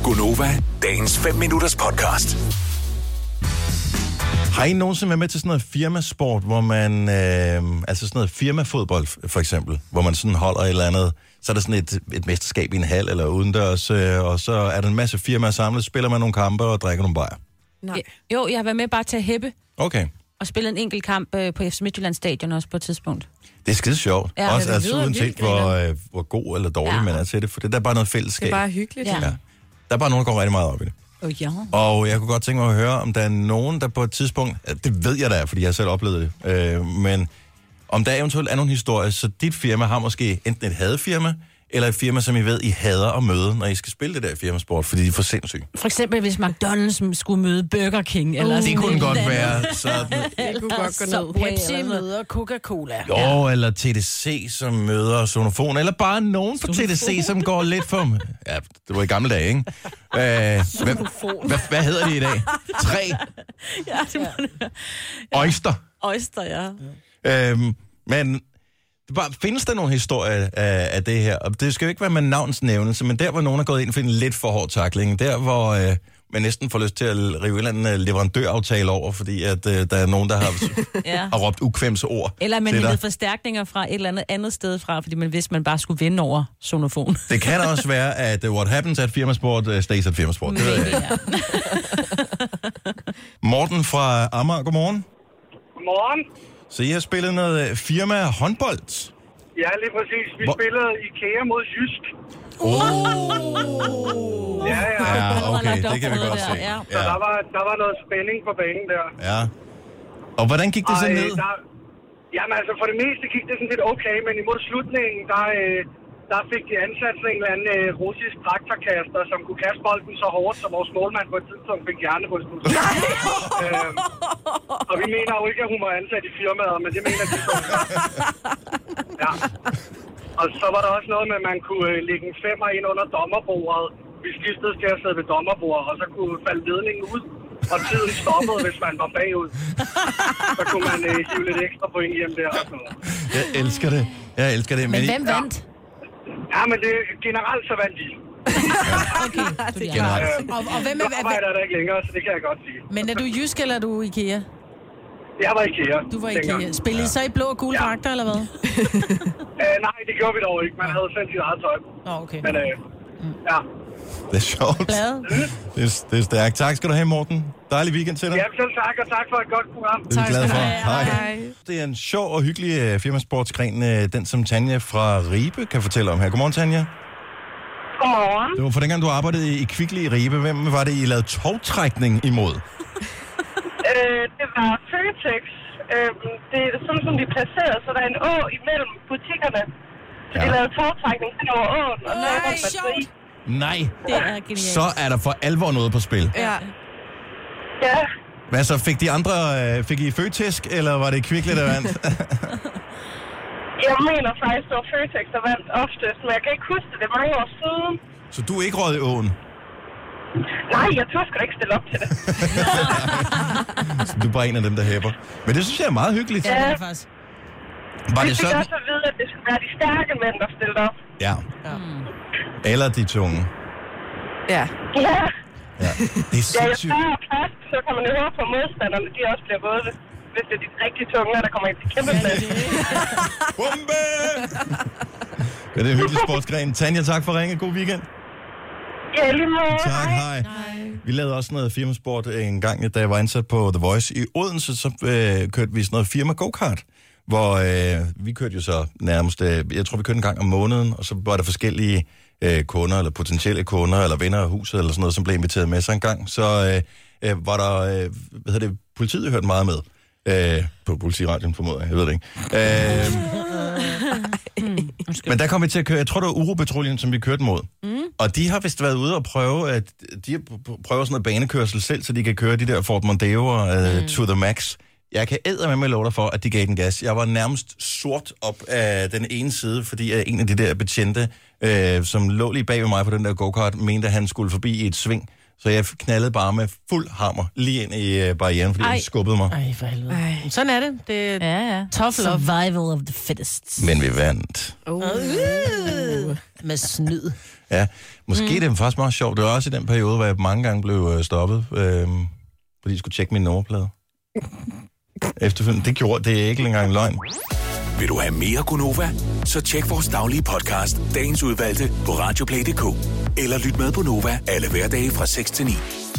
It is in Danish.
Gonova, dagens 5 minutters podcast. Har I nogensinde været med til sådan noget firmasport, hvor man, altså sådan noget firmafodbold for eksempel, hvor man sådan holder et eller andet, så er der sådan et mesterskab i en hal eller udendørs, og så er der en masse firmaer samlet, spiller man nogle kampe og drikker nogle bajer? Nej. Jo, jeg har været med bare til at hæppe. Okay. Og spille en enkelt kamp på FC Midtjylland Stadion også på et tidspunkt. Det er skide sjovt. Ja, også det altså uanset hvor god eller dårlig man er til det, for det er bare noget fællesskab. Det er bare hyggeligt. Ja. Der er bare nogen, der går rigtig meget op i det. Ja. Og jeg kunne godt tænke mig at høre, om der er nogen, der på et tidspunkt, det ved jeg da, fordi jeg har selv oplevet det, men om der eventuelt er nogle historier, så dit firma har måske enten et hadefirma, eller et firma, som I ved, I hader at møde, når I skal spille det der firmasport, fordi de er for sindssyge. For eksempel, hvis McDonald's skulle møde Burger King. Eller det kunne godt være sådan. Det kunne godt gå ned. Pepsi møder Coca-Cola. Jo, eller TDC, som møder Sonofon, eller bare nogen på TDC, som går lidt for... Ja, det var i gamle dage, ikke? Hvad hedder de i dag? 3? Ja, det må det. Oyster. Oyster, ja. Men... Findes der nogle historier af det her? Og det skal jo ikke være med navnsnævnelse, men der, hvor nogen er gået ind for en lidt for hård tackling, der, hvor man næsten får lyst til at rive en eller anden leverandøraftale over, fordi at der er nogen, der har råbt ukvemsord. Eller man har forstærkninger fra et eller andet sted fra, fordi man vidste, man bare skulle vinde over Sonofon. Det kan også være, at what happens at firmasport stays at firmasport. Det ved jeg ikke. Morten fra Amager, godmorgen. Godmorgen. Så I har spillet noget firma håndbold? Ja, lige præcis. Vi spillede IKEA mod Jysk. Ja, okay, det kan vi godt se. Ja. Så der var noget spænding på banen der. Ja. Og hvordan gik det så ned? Jamen altså, for det meste gik det sådan lidt okay, men imod slutningen, der fik de ansat en eller anden russisk traktorkaster, som kunne kaste bolden så hårdt, som vores målmand på et tidspunkt fik hjernerystelser. Og vi mener jo ikke, at hun var ansat i firmaet, men det mener de så. Ja. Og så var der også noget med, at man kunne lægge en 5'er ind under dommerbordet. Vi skiftede til at sidde ved dommerbordet, og så kunne falde ledningen ud. Og tiden stoppede, hvis man var bagud. Så kunne man hive lidt ekstra point hjem der. Og sådan noget. Jeg elsker det. Men hvem vandt? Ja, men det generelt så vandt de. Okay, det er klart. Og hvem er... Jeg arbejder der ikke længere, så det kan jeg godt sige. Men er du Jysk, eller er du IKEA? Jeg var IKEA. Du var IKEA. Spillede I så i blå og gule dragter, eller hvad? Nej, det gjorde vi dog ikke. Man havde sendt sit eget tøj. Okay. Men ja. Det er sjovt. Det er stærkt. Tak skal du have, Morten. Dejlig weekend til dig. Ja, selv tak, og tak for et godt program. Det er vi glade for. Hej. Det er en sjov og hyggelig firmasportsgren, den som Tanja fra Ribe kan fortælle om her. Godmorgen, Tanja. Godmorgen. Det var for dengang, du arbejdede i Kvickly i Ribe. Hvem var det, I lavede tovtrækning imod? Det var Føtex. Det er sådan, som de placerede, så der er en å imellem butikkerne. Så de lavede tovtrækning hen over åen. Nej, det er genialt. Så er der for alvor noget på spil. Ja. Ja. Hvad så, fik I Føtex, eller var det Kvickly, der vandt? Jeg mener faktisk, det var Føtex, der vandt oftest, men jeg kan ikke huske det. Det er mange år siden. Så du er ikke røget i åen? Nej, jeg tror sgu da ikke stille op til det. Så du er bare en af dem, der hæpper. Men det synes jeg er meget hyggeligt. Ja, det er faktisk. Var Vi det fik sådan? også at vide, at det skulle være de stærke mænd, der stillede op. Ja. Eller de tunge. Ja. Ja. Ja. Det er Ja, jeg sindssygt. større plads, så kan man jo høre på modstanderne, de også bliver våde. Hvis det er de rigtig tunge, der kommer ind til kæmpe plads. Bombe! Ja, det er en hyggelig sportsgren. Tanja, tak for ringe. God weekend. Ja, lige måde. Tak, hej. Vi lavede også noget firmasport en gang, da jeg var ansat på The Voice i Odense, så kørte vi sådan noget firma go-kart, hvor vi kørte jo så nærmest, jeg tror vi kørte en gang om måneden, og så var der forskellige kunder, eller potentielle kunder, eller venner af huset, eller sådan noget, som blev inviteret med sig en gang. Så var der, politiet hørte meget med. På politiradioen formoder jeg ved det ikke. Men der kom vi til at køre, jeg tror det var Uropatruljen, som vi kørte mod. Og de har vist været ude og prøve, at de prøver sådan noget banekørsel selv, så de kan køre de der Ford Mondeo to the max. Jeg kan eddermame love dig for, at de gav den gas. Jeg var nærmest sort op af den ene side, fordi en af de der betjente, som lå lige bag ved mig på den der go-kart, mente, at han skulle forbi i et sving. Så jeg knaldede bare med fuld hammer lige ind i barrieren, fordi han skubbede mig. Ej, for helvede. Sådan er det. Det er tough love. Survival of the fittest. Men vi vandt. Med snyd. Ja, måske det er faktisk meget sjovt. Det var også i den periode, hvor jeg mange gange blev stoppet, fordi jeg skulle tjekke min nummerplade. Efterfølgende, det er ikke længere løgn. Vil du have mere Gunova? Så tjek vores daglige podcast, dagens udvalgte, på radioplay.dk. Eller lyt med på Nova alle hverdage fra 6 til 9.